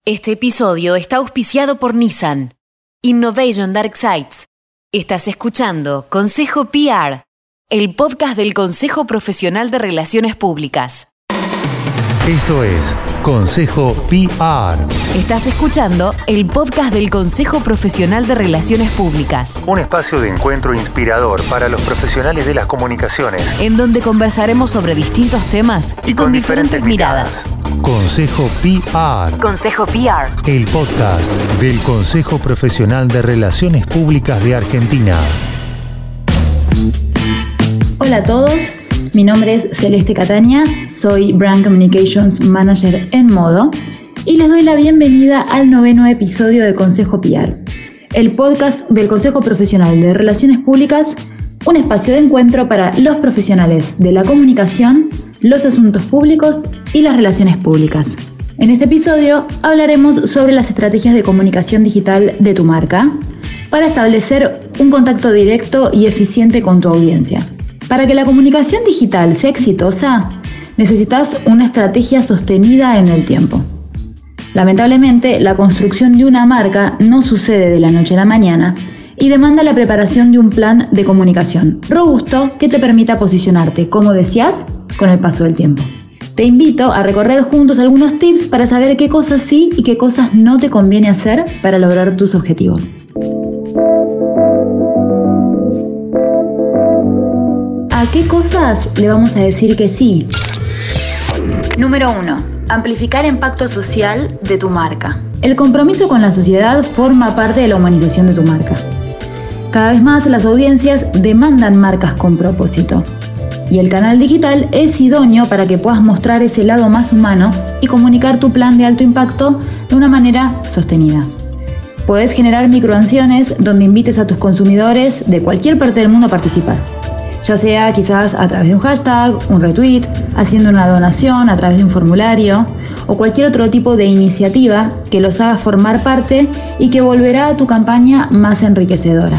Este episodio está auspiciado por Nissan. Innovation Dark Sides. Estás escuchando Consejo PR, el podcast del Consejo Profesional de Relaciones Públicas. Esto es Consejo PR. Estás escuchando el podcast del Consejo Profesional de Relaciones Públicas. Un espacio de encuentro inspirador para los profesionales de las comunicaciones, en donde conversaremos sobre distintos temas y con diferentes miradas. Consejo PR. Consejo PR. El podcast del Consejo Profesional de Relaciones Públicas de Argentina. Hola a todos. Mi nombre es Celeste Catania, soy Brand Communications Manager en Modo y les doy la bienvenida al 9º episodio de Consejo PR, el podcast del Consejo Profesional de Relaciones Públicas, un espacio de encuentro para los profesionales de la comunicación, los asuntos públicos y las relaciones públicas. En este episodio hablaremos sobre las estrategias de comunicación digital de tu marca para establecer un contacto directo y eficiente con tu audiencia. Para que la comunicación digital sea exitosa, necesitas una estrategia sostenida en el tiempo. Lamentablemente, la construcción de una marca no sucede de la noche a la mañana y demanda la preparación de un plan de comunicación robusto que te permita posicionarte como deseas con el paso del tiempo. Te invito a recorrer juntos algunos tips para saber qué cosas sí y qué cosas no te conviene hacer para lograr tus objetivos. ¿A qué cosas le vamos a decir que sí? Número 1. Amplificar el impacto social de tu marca. El compromiso con la sociedad forma parte de la humanización de tu marca. Cada vez más las audiencias demandan marcas con propósito. Y el canal digital es idóneo para que puedas mostrar ese lado más humano y comunicar tu plan de alto impacto de una manera sostenida. Puedes generar microacciones donde invites a tus consumidores de cualquier parte del mundo a participar. Ya sea quizás a través de un hashtag, un retweet, haciendo una donación a través de un formulario o cualquier otro tipo de iniciativa que los haga formar parte y que volverá a tu campaña más enriquecedora.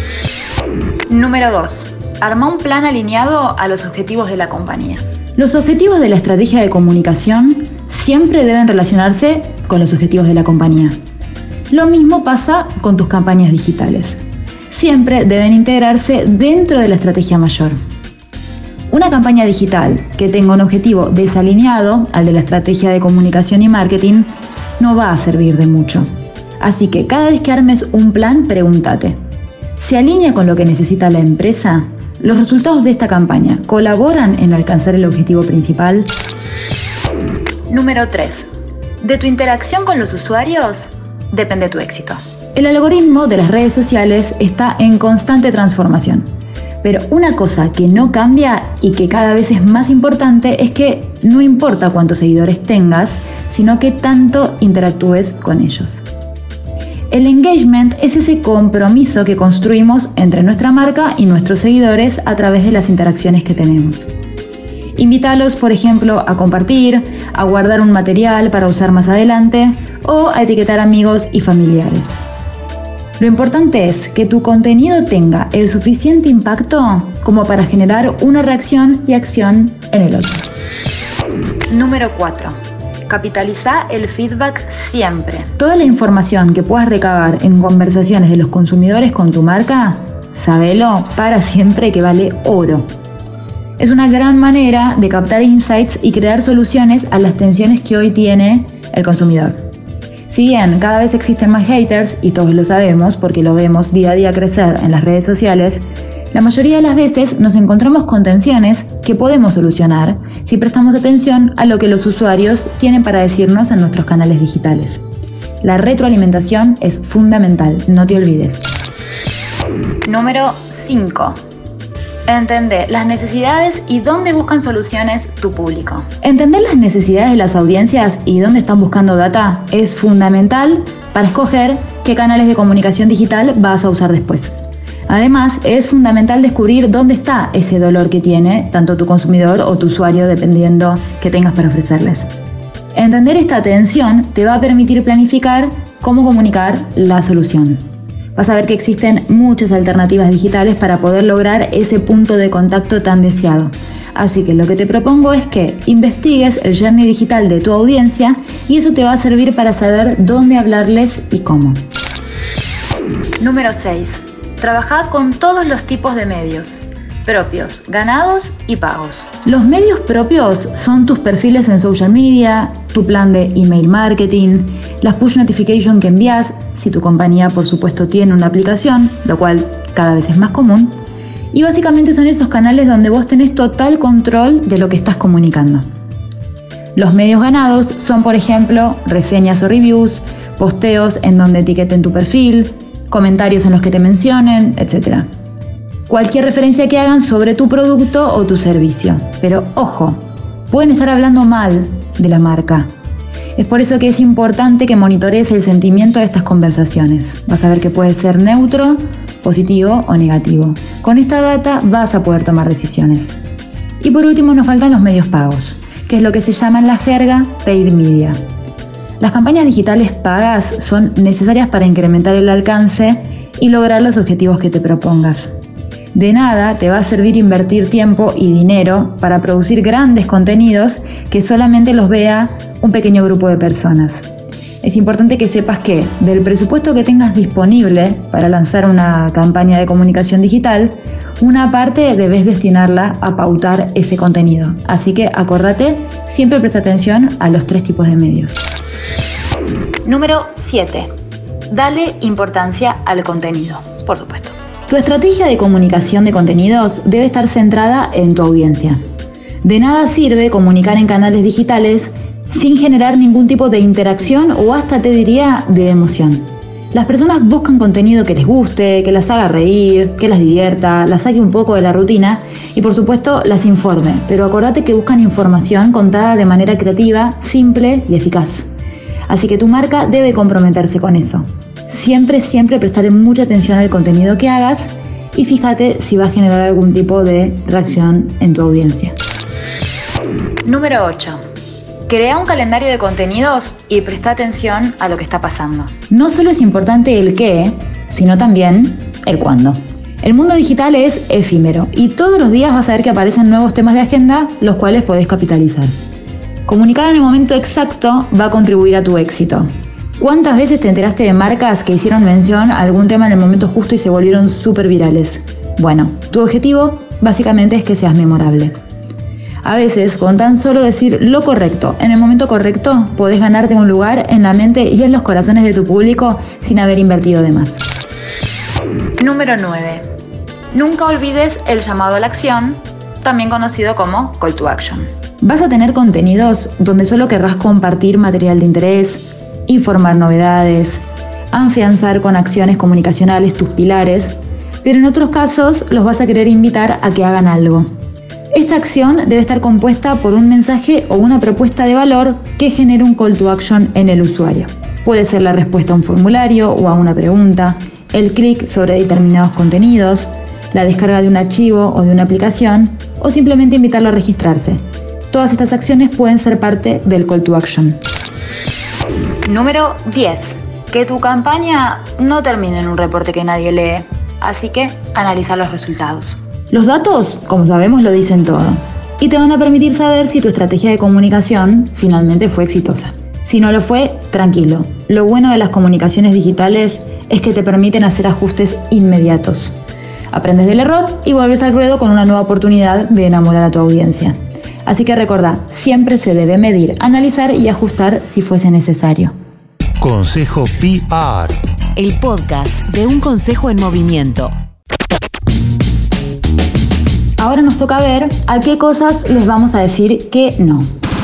Número 2. Arma un plan alineado a los objetivos de la compañía. Los objetivos de la estrategia de comunicación siempre deben relacionarse con los objetivos de la compañía. Lo mismo pasa con tus campañas digitales. Siempre deben integrarse dentro de la estrategia mayor. Una campaña digital que tenga un objetivo desalineado al de la estrategia de comunicación y marketing no va a servir de mucho. Así que cada vez que armes un plan, pregúntate: ¿se alinea con lo que necesita la empresa? ¿Los resultados de esta campaña colaboran en alcanzar el objetivo principal? Número 3. De tu interacción con los usuarios depende tu éxito. El algoritmo de las redes sociales está en constante transformación, pero una cosa que no cambia y que cada vez es más importante es que no importa cuántos seguidores tengas, sino que tanto interactúes con ellos. El engagement es ese compromiso que construimos entre nuestra marca y nuestros seguidores a través de las interacciones que tenemos. Invítalos, por ejemplo, a compartir, a guardar un material para usar más adelante o a etiquetar amigos y familiares. Lo importante es que tu contenido tenga el suficiente impacto como para generar una reacción y acción en el otro. Número 4. Capitaliza el feedback siempre. Toda la información que puedas recabar en conversaciones de los consumidores con tu marca, sabelo para siempre que vale oro. Es una gran manera de captar insights y crear soluciones a las tensiones que hoy tiene el consumidor. Si bien cada vez existen más haters, y todos lo sabemos porque lo vemos día a día crecer en las redes sociales, la mayoría de las veces nos encontramos con tensiones que podemos solucionar si prestamos atención a lo que los usuarios tienen para decirnos en nuestros canales digitales. La retroalimentación es fundamental, no te olvides. Número 5. Entender las necesidades y dónde buscan soluciones tu público. Entender las necesidades de las audiencias y dónde están buscando data es fundamental para escoger qué canales de comunicación digital vas a usar después. Además, es fundamental descubrir dónde está ese dolor que tiene tanto tu consumidor o tu usuario, dependiendo qué tengas para ofrecerles. Entender esta atención te va a permitir planificar cómo comunicar la solución. Vas a ver que existen muchas alternativas digitales para poder lograr ese punto de contacto tan deseado. Así que lo que te propongo es que investigues el journey digital de tu audiencia y eso te va a servir para saber dónde hablarles y cómo. Número 6. Trabaja con todos los tipos de medios, propios, ganados y pagos. Los medios propios son tus perfiles en social media, tu plan de email marketing, las push notification que envías, si tu compañía por supuesto tiene una aplicación, lo cual cada vez es más común. Y básicamente son esos canales donde vos tenés total control de lo que estás comunicando. Los medios ganados son, por ejemplo, reseñas o reviews, posteos en donde etiqueten tu perfil, comentarios en los que te mencionen, etc. Cualquier referencia que hagan sobre tu producto o tu servicio. Pero ojo, pueden estar hablando mal de la marca. Es por eso que es importante que monitorees el sentimiento de estas conversaciones. Vas a ver que puede ser neutro, positivo o negativo. Con esta data vas a poder tomar decisiones. Y por último nos faltan los medios pagos, que es lo que se llama en la jerga paid media. Las campañas digitales pagas son necesarias para incrementar el alcance y lograr los objetivos que te propongas. De nada te va a servir invertir tiempo y dinero para producir grandes contenidos que solamente los vea un pequeño grupo de personas. Es importante que sepas que del presupuesto que tengas disponible para lanzar una campaña de comunicación digital, una parte debes destinarla a pautar ese contenido. Así que acordate, siempre presta atención a los 3 tipos de medios. Número 7. Dale importancia al contenido, por supuesto. Tu estrategia de comunicación de contenidos debe estar centrada en tu audiencia. De nada sirve comunicar en canales digitales sin generar ningún tipo de interacción o hasta te diría de emoción. Las personas buscan contenido que les guste, que las haga reír, que las divierta, las saque un poco de la rutina y por supuesto las informe, pero acordate que buscan información contada de manera creativa, simple y eficaz. Así que tu marca debe comprometerse con eso. Siempre prestarle mucha atención al contenido que hagas y fíjate si va a generar algún tipo de reacción en tu audiencia. Número 8. Crea un calendario de contenidos y presta atención a lo que está pasando. No solo es importante el qué, sino también el cuándo. El mundo digital es efímero y todos los días vas a ver que aparecen nuevos temas de agenda, los cuales podés capitalizar. Comunicar en el momento exacto va a contribuir a tu éxito. ¿Cuántas veces te enteraste de marcas que hicieron mención a algún tema en el momento justo y se volvieron súper virales? Bueno, tu objetivo básicamente es que seas memorable. A veces, con tan solo decir lo correcto en el momento correcto, podés ganarte un lugar en la mente y en los corazones de tu público sin haber invertido de más. Número 9. Nunca olvides el llamado a la acción, también conocido como Call to Action. Vas a tener contenidos donde solo querrás compartir material de interés, informar novedades, afianzar con acciones comunicacionales tus pilares, pero en otros casos los vas a querer invitar a que hagan algo. Esta acción debe estar compuesta por un mensaje o una propuesta de valor que genere un call to action en el usuario. Puede ser la respuesta a un formulario o a una pregunta, el clic sobre determinados contenidos, la descarga de un archivo o de una aplicación, o simplemente invitarlo a registrarse. Todas estas acciones pueden ser parte del call to action. Número 10. Que tu campaña no termine en un reporte que nadie lee, así que analiza los resultados. Los datos, como sabemos, lo dicen todo y te van a permitir saber si tu estrategia de comunicación finalmente fue exitosa. Si no lo fue, tranquilo. Lo bueno de las comunicaciones digitales es que te permiten hacer ajustes inmediatos. Aprendes del error y vuelves al ruedo con una nueva oportunidad de enamorar a tu audiencia. Así que recordá, siempre se debe medir, analizar y ajustar si fuese necesario. Consejo PR. El podcast de un consejo en movimiento. Ahora nos toca ver a qué cosas les vamos a decir que no.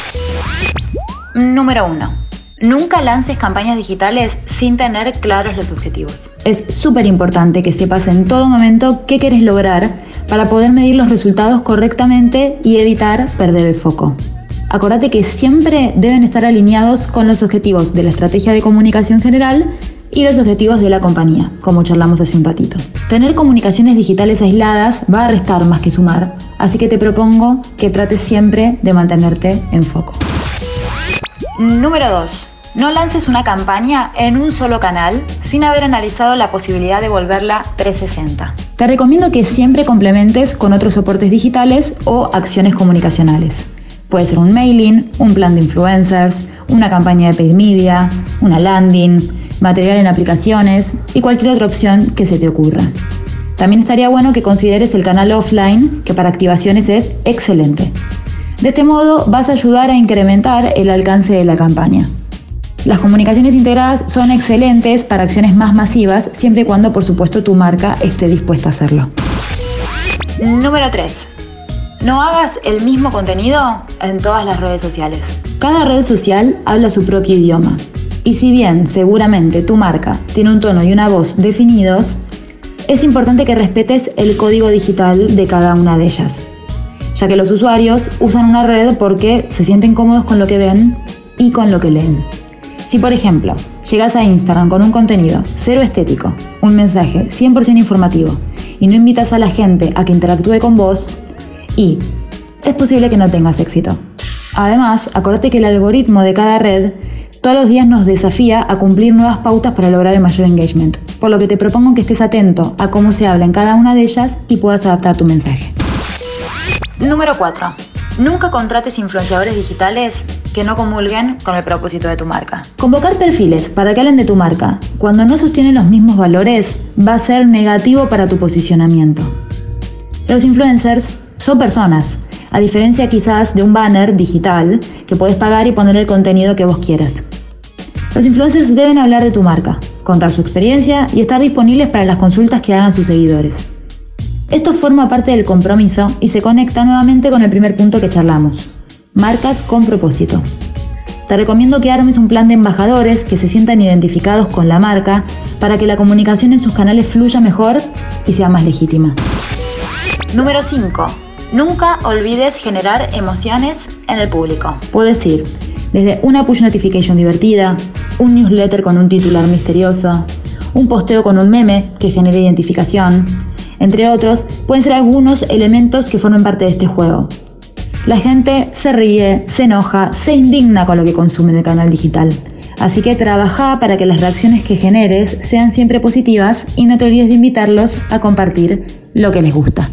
Número 1. Nunca lances campañas digitales sin tener claros los objetivos. Es súper importante que sepas en todo momento qué querés lograr para poder medir los resultados correctamente y evitar perder el foco. Acordate que siempre deben estar alineados con los objetivos de la estrategia de comunicación general y los objetivos de la compañía, como charlamos hace un ratito. Tener comunicaciones digitales aisladas va a restar más que sumar, así que te propongo que trates siempre de mantenerte en foco. Número 2. No lances una campaña en un solo canal sin haber analizado la posibilidad de volverla 360. Te recomiendo que siempre complementes con otros soportes digitales o acciones comunicacionales. Puede ser un mailing, un plan de influencers, una campaña de paid media, una landing, material en aplicaciones y cualquier otra opción que se te ocurra. También estaría bueno que consideres el canal offline, que para activaciones es excelente. De este modo vas a ayudar a incrementar el alcance de la campaña. Las comunicaciones integradas son excelentes para acciones más masivas, siempre y cuando, por supuesto, tu marca esté dispuesta a hacerlo. Número 3. No hagas el mismo contenido en todas las redes sociales. Cada red social habla su propio idioma. Y si bien seguramente tu marca tiene un tono y una voz definidos, es importante que respetes el código digital de cada una de ellas, ya que los usuarios usan una red porque se sienten cómodos con lo que ven y con lo que leen. Si, por ejemplo, llegas a Instagram con un contenido cero estético, un mensaje 100% informativo y no invitas a la gente a que interactúe con vos, es posible que no tengas éxito. Además, acuérdate que el algoritmo de cada red todos los días nos desafía a cumplir nuevas pautas para lograr el mayor engagement, por lo que te propongo que estés atento a cómo se habla en cada una de ellas y puedas adaptar tu mensaje. Número 4. Nunca contrates influenciadores digitales que no comulguen con el propósito de tu marca. Convocar perfiles para que hablen de tu marca cuando no sostienen los mismos valores va a ser negativo para tu posicionamiento. Los influencers son personas, a diferencia quizás de un banner digital que puedes pagar y poner el contenido que vos quieras. Los influencers deben hablar de tu marca, contar su experiencia y estar disponibles para las consultas que hagan sus seguidores. Esto forma parte del compromiso y se conecta nuevamente con el primer punto que charlamos: marcas con propósito. Te recomiendo que armes un plan de embajadores que se sientan identificados con la marca para que la comunicación en sus canales fluya mejor y sea más legítima. Número 5. Nunca olvides generar emociones en el público. Puedes ir desde una push notification divertida, un newsletter con un titular misterioso, un posteo con un meme que genere identificación. Entre otros, pueden ser algunos elementos que formen parte de este juego. La gente se ríe, se enoja, se indigna con lo que consume en el canal digital. Así que trabaja para que las reacciones que generes sean siempre positivas y no te olvides de invitarlos a compartir lo que les gusta.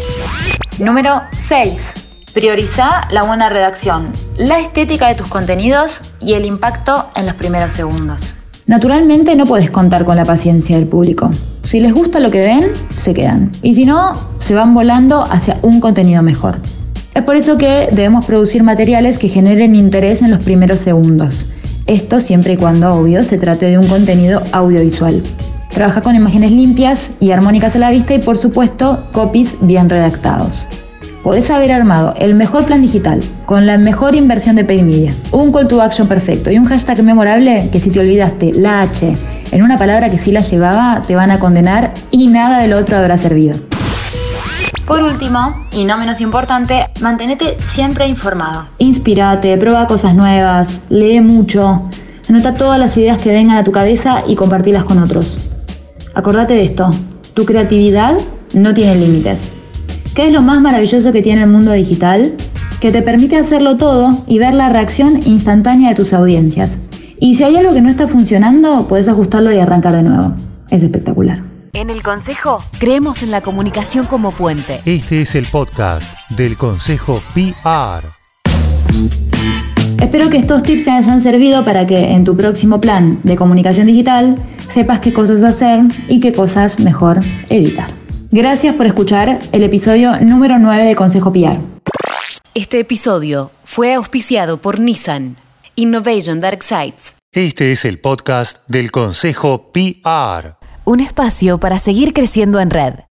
Número 6. Prioriza la buena redacción, la estética de tus contenidos y el impacto en los primeros segundos. Naturalmente no puedes contar con la paciencia del público. Si les gusta lo que ven, se quedan. Y si no, se van volando hacia un contenido mejor. Es por eso que debemos producir materiales que generen interés en los primeros segundos. Esto siempre y cuando, obvio, se trate de un contenido audiovisual. Trabaja con imágenes limpias y armónicas a la vista y, por supuesto, copies bien redactados. Podés haber armado el mejor plan digital, con la mejor inversión de paid media, un call to action perfecto y un hashtag memorable que si te olvidaste la H en una palabra que sí la llevaba, te van a condenar y nada de lo otro habrá servido. Por último, y no menos importante, mantenete siempre informado. Inspírate, prueba cosas nuevas, lee mucho, anota todas las ideas que vengan a tu cabeza y compartilas con otros. Acordate de esto, tu creatividad no tiene límites. ¿Qué es lo más maravilloso que tiene el mundo digital? Que te permite hacerlo todo y ver la reacción instantánea de tus audiencias. Y si hay algo que no está funcionando, puedes ajustarlo y arrancar de nuevo. Es espectacular. En El Consejo creemos en la comunicación como puente. Este es el podcast del Consejo PR. Espero que estos tips te hayan servido para que en tu próximo plan de comunicación digital sepas qué cosas hacer y qué cosas mejor evitar. Gracias por escuchar el episodio número 9 de Consejo PR. Este episodio fue auspiciado por Nissan Innovation Dark Sides. Este es el podcast del Consejo PR. Un espacio para seguir creciendo en red.